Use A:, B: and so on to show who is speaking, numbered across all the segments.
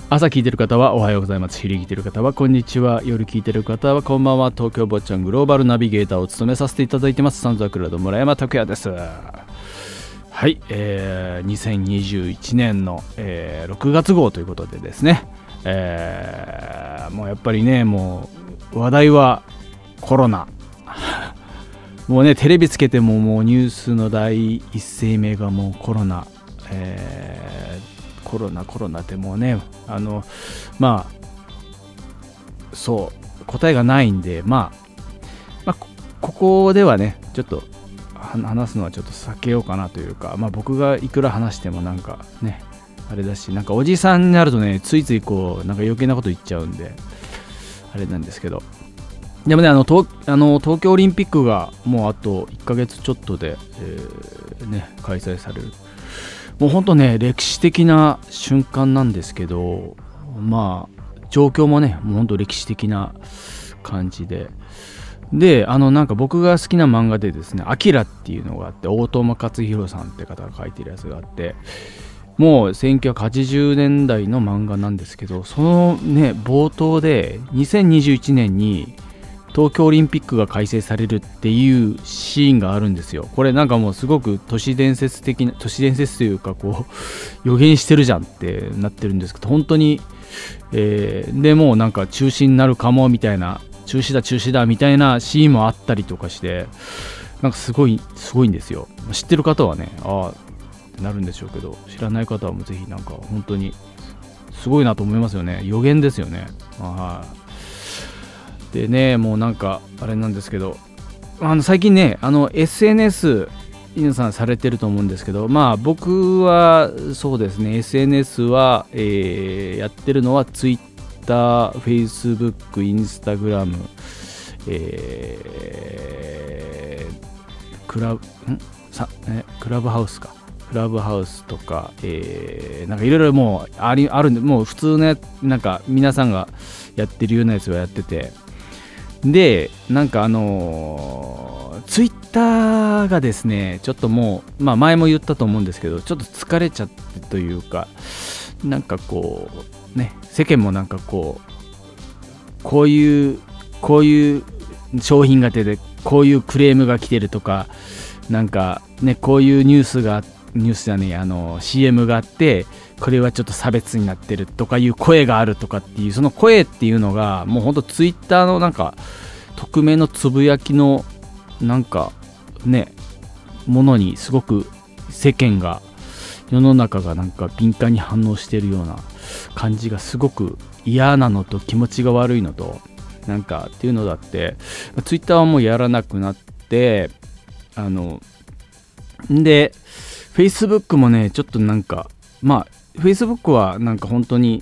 A: 朝聞いてる方はおはようございます。昼聞いてる方はこんにちは。夜聞いてる方はこんばんは。東京坊ちゃんグローバルナビゲーターを務めさせていただいてますサンズアクラド村山拓也です。はい、2021年の、6月号ということでですね、もうやっぱりね、もう話題はコロナもうね、テレビつけてももうニュースの第一声目がもうコロナ、コロナってもうね、まあそう答えがないんで、まあここではねちょっと話すのはちょっと避けようかなというか、僕がいくら話してもなんかねあれだし、なんかおじさんになるとねついついこうなんか余計なこと言っちゃうんであれなんですけど、でもね東京オリンピックがもうあと1ヶ月ちょっとで、開催される。もう本当ね歴史的な瞬間なんですけど、状況もねもう本当歴史的な感じで、なんか僕が好きな漫画でですね、アキラっていうのがあって、大友克洋さんって方が書いてるやつがあって、もう1980年代の漫画なんですけど、そのね冒頭で2021年に東京オリンピックが開催されるっていうシーンがあるんですよ。これなんかもうすごく都市伝説というかこう予言してるじゃんってなってるんですけど、本当に、でもうなんか中止になるかもみたいな、中止だみたいなシーンもあったりとかして、なんかすごいんですよ。知ってる方はねってなるんでしょうけど、知らない方はもうぜひなんか本当にすごいなと思いますよね。予言ですよね。でね、もうなんかあれなんですけど、最近ねSNS 皆さんされてると思うんですけど、僕はそうですね SNS は、やってるのは Twitter、Facebook、Instagram、クラブハウスとか、なんかいろいろもうあるんで、もう普通ねなんか皆さんがやってるようなやつをやってて、でなんかツイッターがですねちょっともう、前も言ったと思うんですけど、ちょっと疲れちゃってというか、なんかこうね世間もなんかこういう商品が出てこういうクレームが来てるとか、なんかねこういうCM があってこれはちょっと差別になってるとかいう声があるとかっていう、その声っていうのがもうほんとツイッターのなんか匿名のつぶやきのなんかねものにすごく世の中がなんか敏感に反応してるような感じがすごく嫌なのと気持ちが悪いのとなんかっていうのだって、ツイッターはもうやらなくなって、で Facebook もねちょっとなんかFacebook はなんか本当に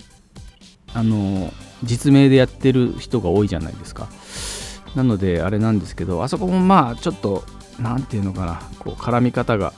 A: 実名でやってる人が多いじゃないですか。なのであれなんですけど、あそこもちょっとなんていうのかな、こう絡み方が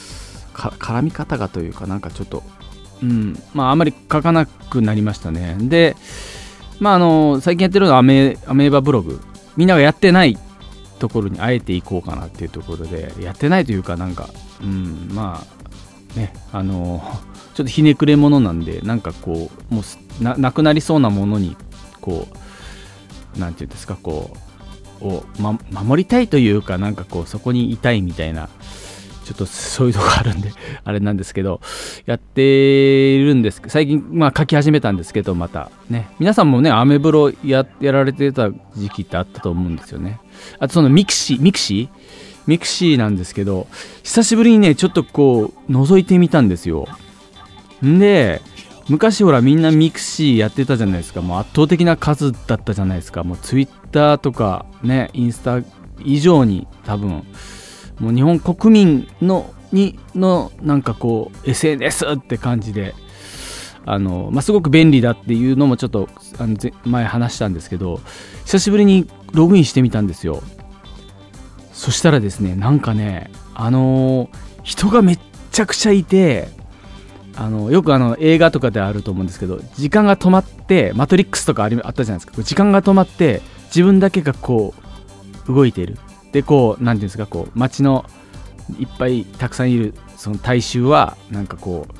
A: というか、なんかちょっとあんまり書かなくなりましたね。で最近やってるのはアメーバブログ、みんながやってないところにあえて行こうかなっていうところで、やってないというかなんかねちょっとひねくれ者なんで、なんかこうもうなくなりそうなものにこうなんていうんですか、こうを、守りたいというか、なんかこうそこにいたいみたいな、ちょっとそういうとこあるんであれなんですけど、やってるんですけど、最近書き始めたんですけど、またね皆さんもねアメブロやられてた時期ってあったと思うんですよね。あとそのミクシーなんですけど、久しぶりにねちょっとこう覗いてみたんですよ。で昔ほらみんなミクシーやってたじゃないですか。もう圧倒的な数だったじゃないですか。もうツイッターとかねインスタ以上に多分もう日本国民のなんかこう SNS って感じで、すごく便利だっていうのもちょっと前話したんですけど、久しぶりにログインしてみたんですよ。そしたらですね、なんかね人がめっちゃくちゃいて、よく映画とかであると思うんですけど、時間が止まって、マトリックスとかあったじゃないですか。時間が止まって自分だけがこう動いている。でこうなんていうんですか、こう街のいっぱいたくさんいるその大衆はなんかこ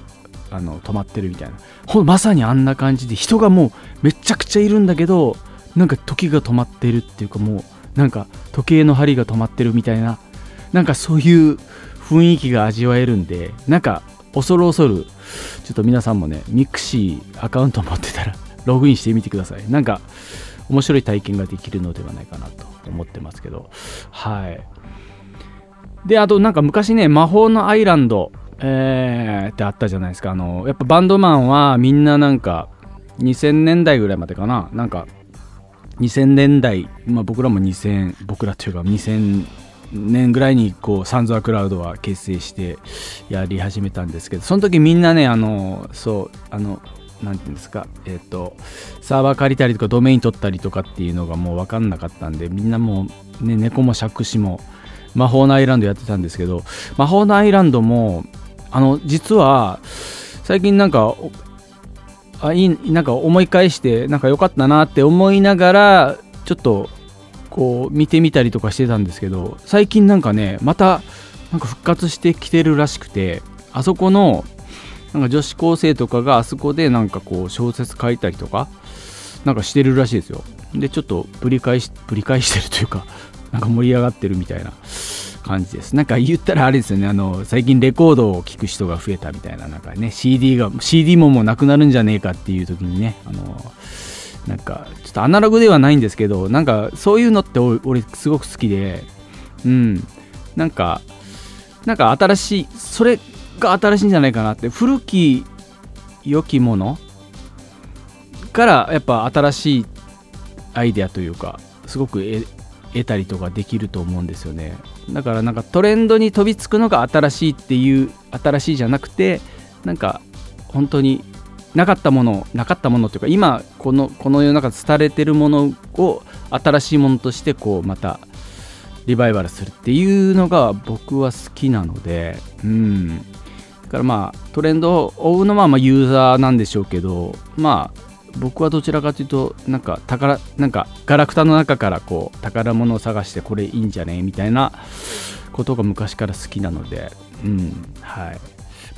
A: 止まってるみたいな、まさにあんな感じで人がもうめちゃくちゃいるんだけど、なんか時が止まってるっていうか、もうなんか時計の針が止まってるみたいな、なんかそういう雰囲気が味わえるんで、なんか恐る恐るちょっと皆さんもね、ミクシーアカウント持ってたらログインしてみてください。なんか面白い体験ができるのではないかなと思ってますけど、はい。で、あとなんか昔ね、魔法のアイランド、ってあったじゃないですか。やっぱバンドマンはみんななんか2000年代ぐらいまでかな、なんか2000年代、僕らも僕らというか2000年ぐらいにこうサンズ・ア・クラウドは結成してやり始めたんですけど、その時みんなね、なんていうんですか、サーバー借りたりとかドメイン取ったりとかっていうのがもう分かんなかったんで、みんなもう、ね、猫も杓子も魔法のアイランドやってたんですけど、魔法のアイランドも実は最近なんかなんか思い返してなんか良かったなって思いながらちょっとこう見てみたりとかしてたんですけど、最近なんかねまたなんか復活してきてるらしくて、あそこのなんか女子高生とかがあそこでなんかこう小説書いたりとかなんかしてるらしいですよ。でちょっとぶり返してるというか、なんか盛り上がってるみたいな感じです。なんか言ったらあれですよね、最近レコードを聴く人が増えたみたいな、なんかね CD ももうなくなるんじゃねえかっていう時にね、なんかちょっとアナログではないんですけど、なんかそういうのって俺すごく好きで、なんか新しい、それが新しいんじゃないかなって、古き良きものからやっぱ新しいアイデアというかすごく得たりとかできると思うんですよね。だからなんかトレンドに飛びつくのが新しいっていう、新しいじゃなくて、なんか本当になかったものというか、今この世の中で伝れてるものを新しいものとしてこうまたリバイバルするっていうのが僕は好きなので、だからまあトレンドを追うのはユーザーなんでしょうけど、僕はどちらかというとなんかガラクタの中からこう宝物を探してこれいいんじゃねみたいなことが昔から好きなので、はい。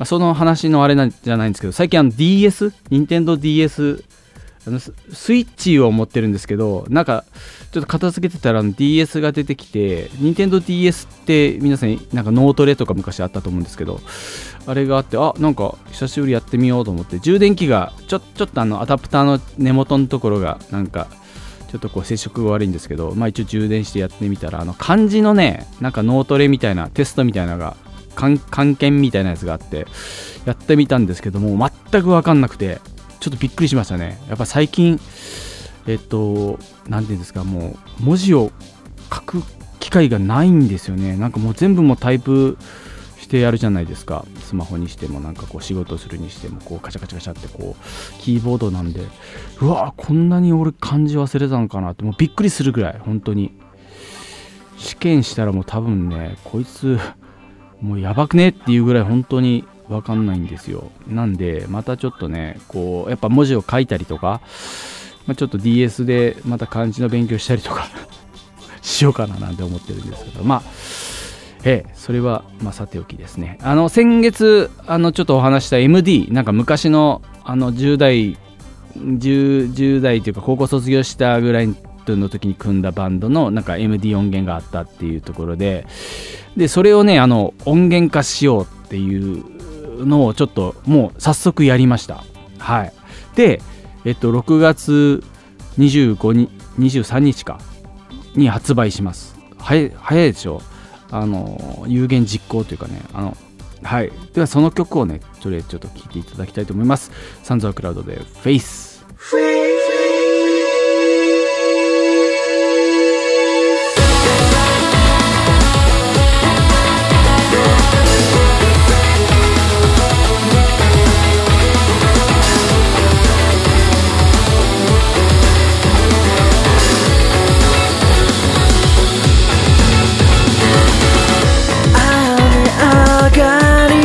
A: その話のあれなんじゃないんですけど、最近DS、任天堂 DS、スイッチを持ってるんですけど、なんかちょっと片付けてたらDS が出てきて、任天堂 DS って皆さんなんか脳トレとか昔あったと思うんですけど、あれがあって、なんか久しぶりやってみようと思って、充電器がちょっとアダプターの根元のところがなんかちょっとこう接触が悪いんですけど、一応充電してやってみたら、漢字のねなんか脳トレみたいなテストみたいなのが漢検みたいなやつがあってやってみたんですけども、全く分かんなくてちょっとびっくりしましたね。やっぱ最近なんていうんですか、もう文字を書く機会がないんですよね。なんかもう全部もうタイプしてやるじゃないですか。スマホにしてもなんかこう仕事するにしてもこうカチャカチャカチャってこうキーボードなんで、うわこんなに俺漢字忘れたのかなってもうびっくりするぐらい、本当に試験したらもう多分ねこいつもうやばくねっていうぐらい本当に分かんないんですよ。なんでまたちょっとねこうやっぱ文字を書いたりとか、ちょっと DS でまた漢字の勉強したりとかしようかななんて思ってるんですけど、それはさておきですね。先月ちょっとお話した MD、 なんか昔の10代というか高校卒業したぐらいの時に組んだバンドのなんか MD 音源があったっていうところで、それをね音源化しようっていうのをちょっともう早速やりました。はい。で6月23日かに発売します。早いでしょ。有言実行というかね、はい。ではその曲をねとりあえずちょっと聴いていただきたいと思います。サンズ・ア・クラウドでフェイス。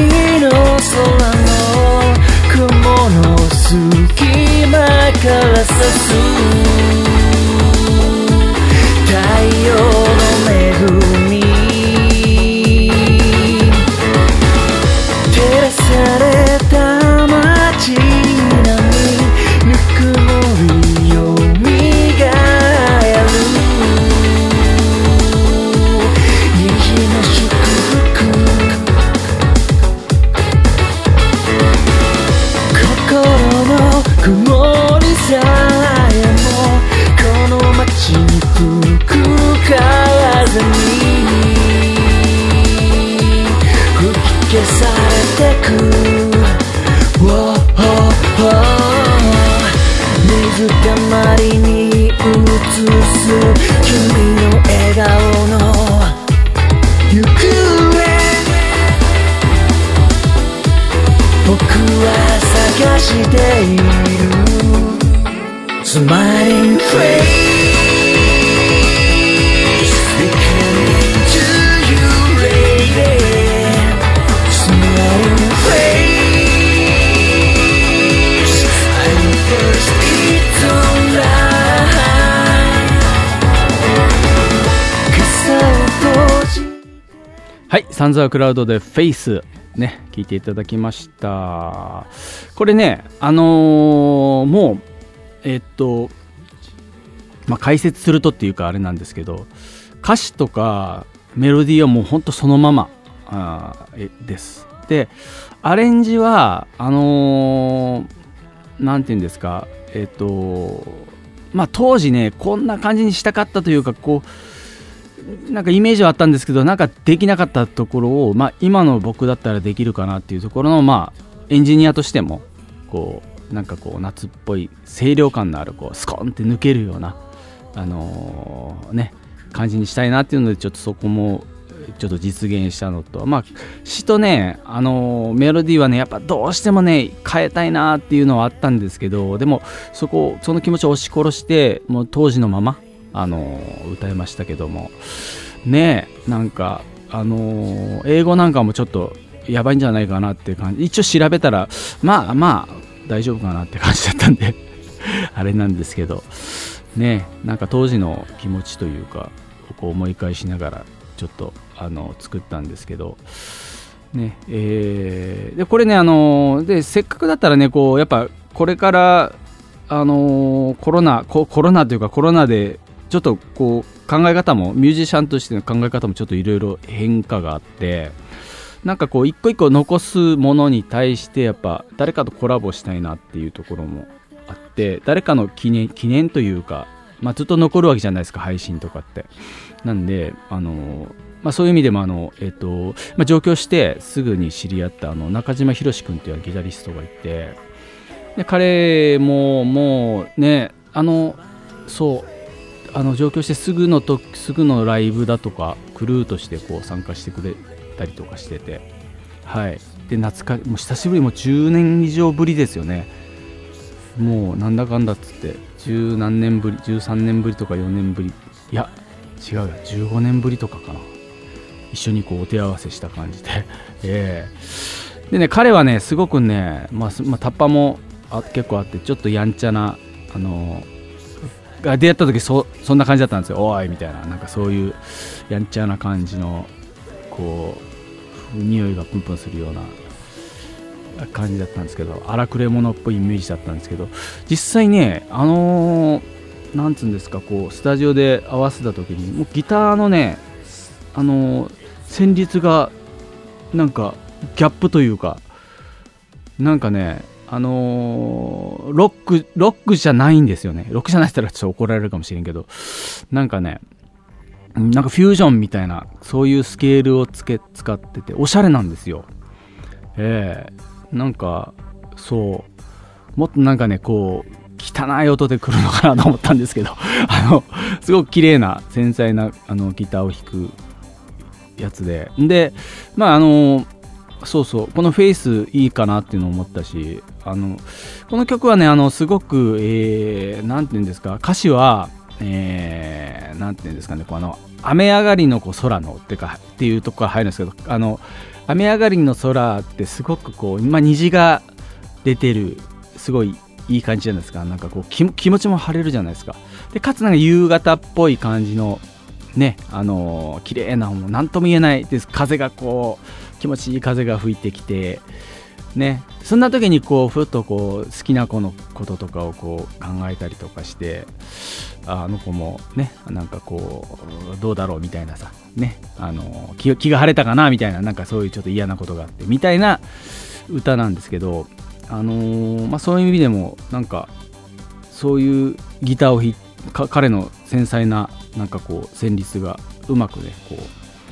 B: 隙間から消されてく、水たまりに映す君の笑顔の行方、僕は探している Smiling face becoming to you lady, Smiling face I'm first it's alright 傘を閉じ、
A: はい、サンズアクラウドでフェイスね、聞いていただきました。これね、もう解説するとっていうかあれなんですけど、歌詞とかメロディーはもうほんとそのままです。で、アレンジはなんていうんですか、当時ねこんな感じにしたかったというか、こうなんかイメージはあったんですけど、なんかできなかったところを、今の僕だったらできるかなっていうところの、エンジニアとしてもこうなんかこう夏っぽい清涼感のあるこうスコンって抜けるような感じにしたいなっていうので、ちょっとそこもちょっと実現したのと、詩とねメロディーはねやっぱどうしてもね変えたいなっていうのはあったんですけど、でもその気持ちを押し殺してもう当時のまま歌いましたけどもね、なんか英語なんかもちょっとやばいんじゃないかなっていう感じ、一応調べたら大丈夫かなって感じだったんであれなんですけどね、なんか当時の気持ちというかこう思い返しながらちょっと作ったんですけどね、でこれねでせっかくだったらねこうやっぱこれからコロナというかコロナでちょっとこう考え方もミュージシャンとしての考え方もちょっといろいろ変化があって、なんかこう一個一個残すものに対してやっぱ誰かとコラボしたいなっていうところもあって、誰かの記念というか、ずっと残るわけじゃないですか配信とかって。なんでそういう意味でも上京してすぐに知り合った中島博史君というギタリストがいて、で彼ももうね上京してすぐのライブだとかクルーとしてこう参加してくれたりとかしてて、はいでもう久しぶり、もう10年以上ぶりですよね。もうなんだかんだっつって10何年ぶり、13年ぶりとか4年ぶり、いや違うよ15年ぶりとかかな、一緒にこうお手合わせした感じででね彼はねすごくね、タッパも結構あってちょっとやんちゃな出会った時そんな感じだったんですよ。おいみたいな、なんかそういうやんちゃな感じのこう匂いがプンプンするような感じだったんですけど、荒くれ者っぽいイメージだったんですけど、実際ねなんつうんですか、こうスタジオで合わせた時にもうギターのね旋律がなんかギャップというか、なんかねロックじゃないんですよね。ロックじゃないって言ったらちょっと怒られるかもしれんけど、なんかねなんかフュージョンみたいなそういうスケールを使ってておしゃれなんですよ。なんかそうもっとなんかねこう汚い音で来るのかなと思ったんですけどすごく綺麗な繊細なギターを弾くやつで、このフェイスいいかなっていうのを思ったし、この曲はねすごくなんていうんですか、歌詞はなんていうんですかね、雨上がりの空のっていうところが入るんですけど、雨上がりの空ってすごくこう虹が出てるすごいいい感じじゃないですか。なんかこう気持ちも晴れるじゃないですか。でかつなんか夕方っぽい感じのね綺麗なもう何とも言えないです。風がこう気持ちいい風が吹いてきてね、そんな時にこうふっとこう好きな子のこととかをこう考えたりとかして、あの子もねなんかこうどうだろうみたいなさね、気が晴れたかなみたいな、なんかそういうちょっと嫌なことがあってみたいな歌なんですけど、そういう意味でもなんかそういうギターを彼の繊細ななんかこう旋律がうまくねこ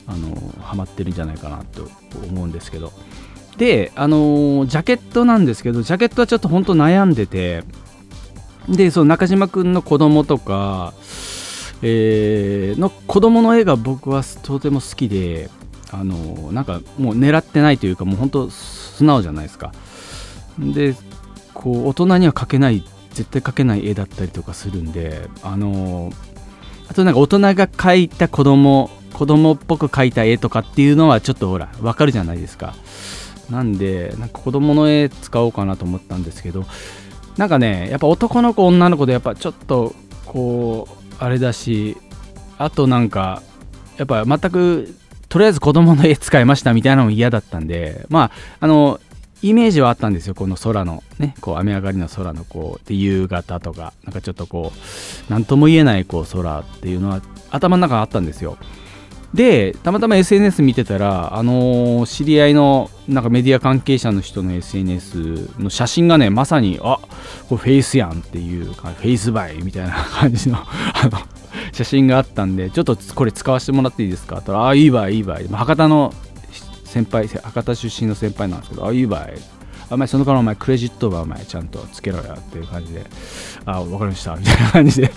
A: ハマってるんじゃないかなと思うんですけど、でジャケットなんですけど、ジャケットはちょっと本当悩んでて、でその中島くんの子供とか、の子供の絵が僕はとても好きで、なんかもう狙ってないというか、もう本当素直じゃないですか。でこう大人には描けない、絶対描けない絵だったりとかするんで、あとなんか大人が描いた子供っぽく描いた絵とかっていうのはちょっとほら分かるじゃないですか。なんでなんか子供の絵使おうかなと思ったんですけど、なんかねやっぱ男の子女の子でやっぱちょっとこうあれだし、あとなんかやっぱ全くとりあえず子供の絵使いましたみたいなのも嫌だったんで、まあイメージはあったんですよ。この空のね、こう雨上がりの空のこうで夕方とか、なんかちょっとこうなんとも言えないこう空っていうのは頭の中にあったんですよ。でたまたま SNS 見てたら、知り合いのなんかメディア関係者の人の SNS の写真がね、まさにこれフェイスやんっていうか、フェイスバイみたいな感じの写真があったんで、ちょっとこれ使わせてもらっていいですかって言ったら、いいわいいわ、博多の先輩、博多出身の先輩なんですけど、いいわい、お前そのからお前クレジットはお前ちゃんとつけろよっていう感じで、分かりましたみたいな感じで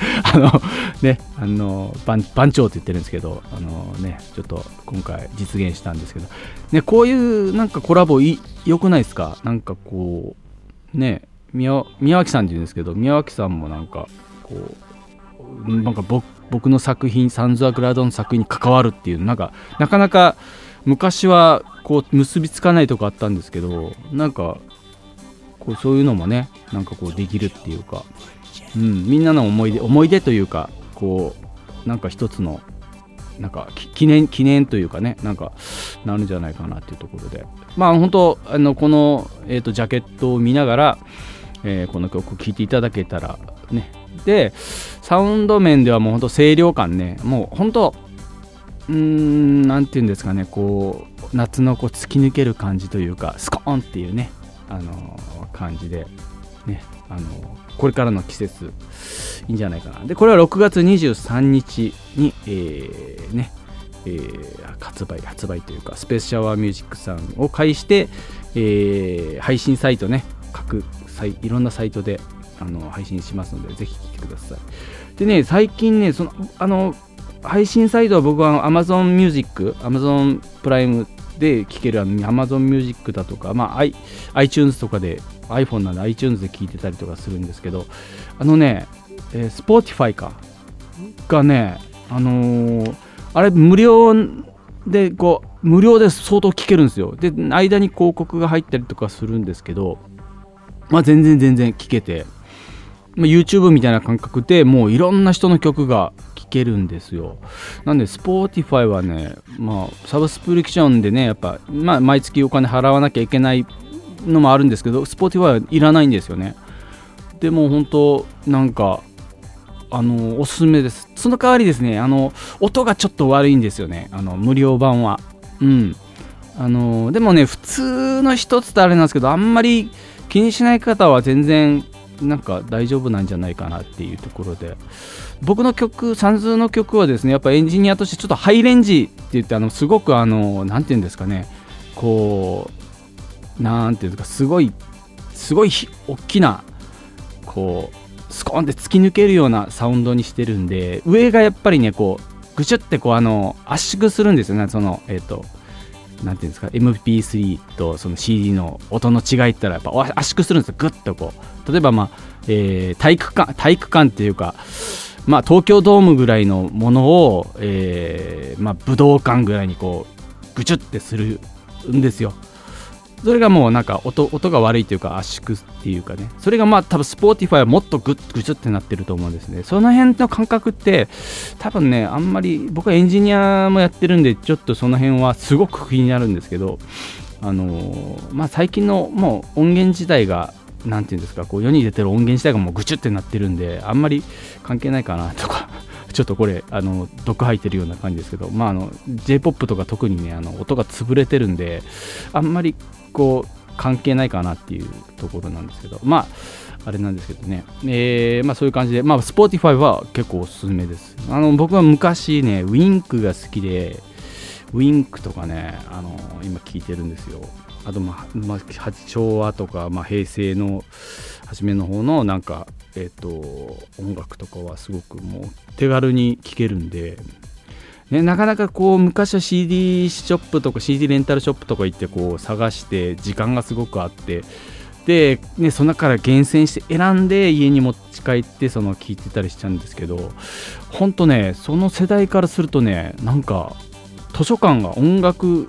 A: 番長って言ってるんですけど、ちょっと今回実現したんですけどね、こういうなんかコラボ良くないですか。なんかこうね、宮脇さんって言うんですけど、宮脇さんもなんかこうなんか僕の作品、サンズ・ア・グラウドの作品に関わるっていう、なんかなかなか昔はこう結びつかないとこあったんですけど、なんかこうそういうのもね、なんかこうできるっていうか、みんなの思い出というか、こうなんか一つのなんか記念というかね、なんかなるんじゃないかなっていうところで、まあ本当この、ジャケットを見ながら、この曲を聴いていただけたらね。でサウンド面ではもう本当清涼感ね、もう本当なんていうんですかね、こう夏のこう突き抜ける感じというか、スコーンっていうね、感じでね、これからの季節いいんじゃないかな。でこれは6月23日に、発売というか、スペースシャワーミュージックさんを介して、配信サイトね、いろんなサイトで配信しますので、ぜひ聴いてください。でね、最近ね、その配信サイトは僕は Amazon Music、Amazon プライムで聴けるAmazon Music だとか、まあ、iTunes とかで iPhone なんで iTunes で聴いてたりとかするんですけど、Spotify がね、あれ無料で相当聴けるんですよ。で間に広告が入ったりとかするんですけど、まあ全然聴けて、YouTube みたいな感覚でもういろんな人の曲が聴けるんですよ。なんで Spotify はね、サブスクリプションでね、やっぱ、毎月お金払わなきゃいけないのもあるんですけど、 Spotify はいらないんですよね。でも本当なんかおすすめです。その代わりですね、音がちょっと悪いんですよね、無料版は。でもね、普通の人ってあれなんですけど、あんまり気にしない方は全然なんか大丈夫なんじゃないかなっていうところで、僕の曲、サンズの曲はですね、やっぱエンジニアとしてちょっとハイレンジって言って、すごくなんていうんですかね、こうなんていうんですか、すごい大きなこうスコーンって突き抜けるようなサウンドにしてるんで、上がやっぱりね、こうぐしゅってこう圧縮するんですよね。そのなんていうんですか、 MP3 とその CD の音の違いって言ったらやっぱ圧縮するんですよ、グッとこう。例えば体育館っていうか、東京ドームぐらいのものを、武道館ぐらいにこうぐちゅってするんですよ。それがもうなんか音が悪いというか、圧縮っていうかね、それが多分 Spotify はもっとぐちゅってなってると思うんですね。その辺の感覚って多分ね、あんまり僕はエンジニアもやってるんで、ちょっとその辺はすごく気になるんですけど、最近のもう音源自体がなんていうんですか、こう世に出てる音源自体がもうぐちゅってなってるんで、あんまり関係ないかなとかちょっとこれ毒吐いてるような感じですけど、J-POP とか特にね、音が潰れてるんで、あんまりこう関係ないかなっていうところなんですけど、あれなんですけどね、そういう感じで、Spotify は結構おすすめです。僕は昔ね、ウィンクが好きで、 ウィンクとかね、今聴いてるんですよ。あと昭和とか、平成の初めの方のなんか、音楽とかはすごくもう手軽に聴けるんで、ね、なかなかこう昔は CD ショップとか CD レンタルショップとか行ってこう探して時間がすごくあって、で、ね、その中から厳選して選んで家に持ち帰ってその聴いてたりしちゃうんですけど、ほんとね、その世代からするとね、なんか図書館が音楽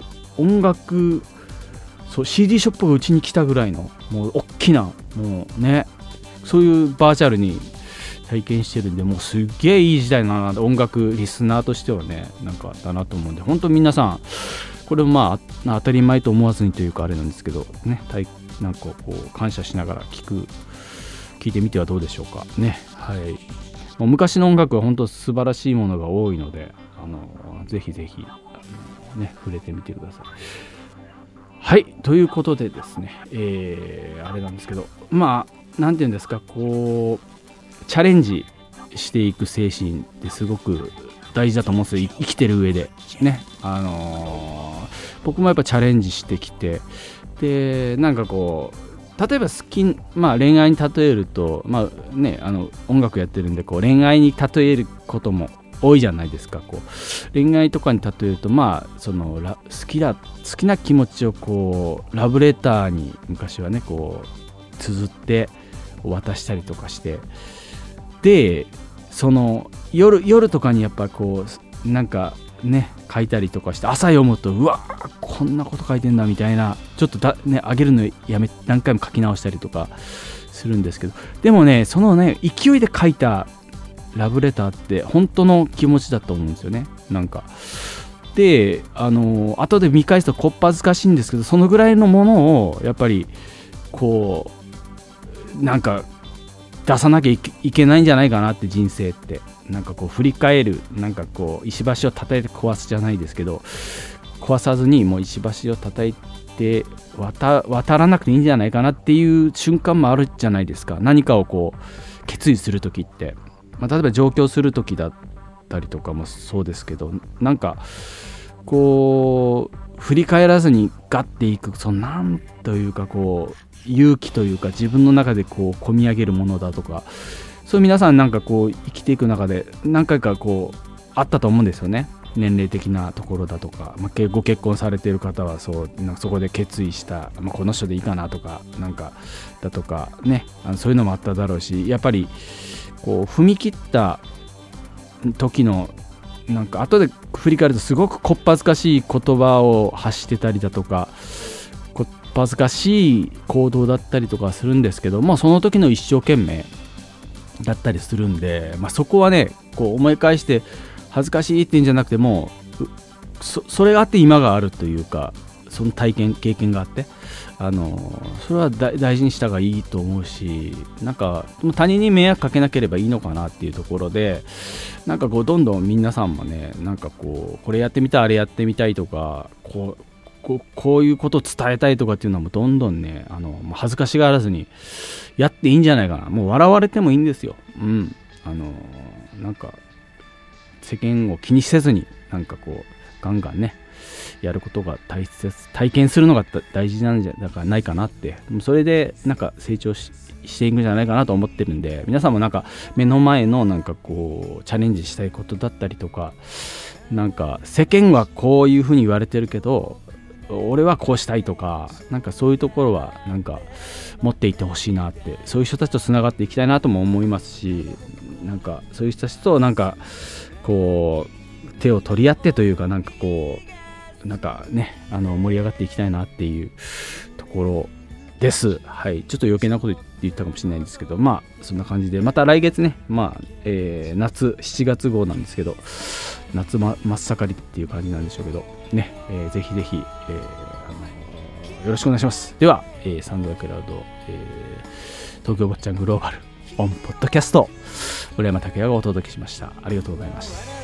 A: そう CD ショップがうちに来たぐらいのもう大きな、もうね、そういうバーチャルに体験してるんで、もうすっげえいい時代だな、音楽リスナーとしてはね、なんかだなと思うんで、本当皆さんこれも当たり前と思わずにというかあれなんですけどね、なんかこう感謝しながら聞いてみてはどうでしょうかね。はい、もう昔の音楽は本当素晴らしいものが多いので、ぜひぜひね、触れてみてください。はい、ということでですね、あれなんですけど、なんていうんですか、こうチャレンジしていく精神ってすごく大事だと思うんですよ、生きてる上でね。僕もやっぱチャレンジしてきて、でなんかこう例えば恋愛に例えると、音楽やってるんでこう恋愛に例えることも多いじゃないですか。こう恋愛とかに例えると、その好きな気持ちをこうラブレターに昔はねこう綴って渡したりとかして、でその夜とかにやっぱこうなんかね書いたりとかして、朝読むとうわこんなこと書いてんだみたいな、ちょっと上げるのやめ何回も書き直したりとかするんですけど、でもねそのね勢いで書いたラブレターって本当の気持ちだと思うんですよね。なんかで後で見返すとこっぱずかしいんですけど、そのぐらいのものをやっぱりこうなんか出さなきゃいけないんじゃないかなって、人生ってなんかこう振り返る、なんかこう石橋を叩いて壊すじゃないですけど、壊さずにもう石橋を叩いて渡らなくていいんじゃないかなっていう瞬間もあるじゃないですか。何かをこう決意するときって、例えば上京するときだったりとかもそうですけど、なんかこう振り返らずにガッていく、そのなんというかこう勇気というか自分の中でこう込み上げるものだとか、そういう皆さんなんかこう生きていく中で何回かこうあったと思うんですよね。年齢的なところだとか、ご結婚されている方はそこで決意した、この人でいいかなとかなんかだとかね、そういうのもあっただろうし、やっぱりこう踏み切った時のなんか後で振り返るとすごくこっぱずかしい言葉を発してたりだとか、こっぱずかしい行動だったりとかするんですけども、その時の一生懸命だったりするんで、そこはねこう思い返して恥ずかしいっていうんじゃなくて、もうそれがあって今があるというか、その経験があって、それは大事にした方がいいと思うし、なんか他人に迷惑かけなければいいのかなっていうところで、なんかこうどんどん皆さんもね、なんかこうこれやってみたいあれやってみたいとか、こういうことを伝えたいとかっていうのはもうどんどんねもう恥ずかしがらずにやっていいんじゃないかな。もう笑われてもいいんですよ。なんか世間を気にせずになんかこうガンガンねやることが体験するのが大事なんじゃないかなって、それでなんか成長していくんじゃないかなと思ってるんで、皆さんもなんか目の前のなんかこうチャレンジしたいことだったりとか、なんか世間はこういうふうに言われてるけど俺はこうしたいとか、なんかそういうところはなんか持っていってほしいなって、そういう人たちとつながっていきたいなとも思いますし、なんかそういう人たちとなんかこう手を取り合ってというか、なんかこうなんかね盛り上がっていきたいなっていうところです。はい、ちょっと余計なこと言ったかもしれないんですけど、そんな感じでまた来月ね、夏7月号なんですけど、夏真っ盛りっていう感じなんでしょうけどね、ぜひぜひ、よろしくお願いします。では、サンドクラウド、東京坊ちゃんグローバルオンポッドキャスト、浦山拓也がお届けしました。ありがとうございました。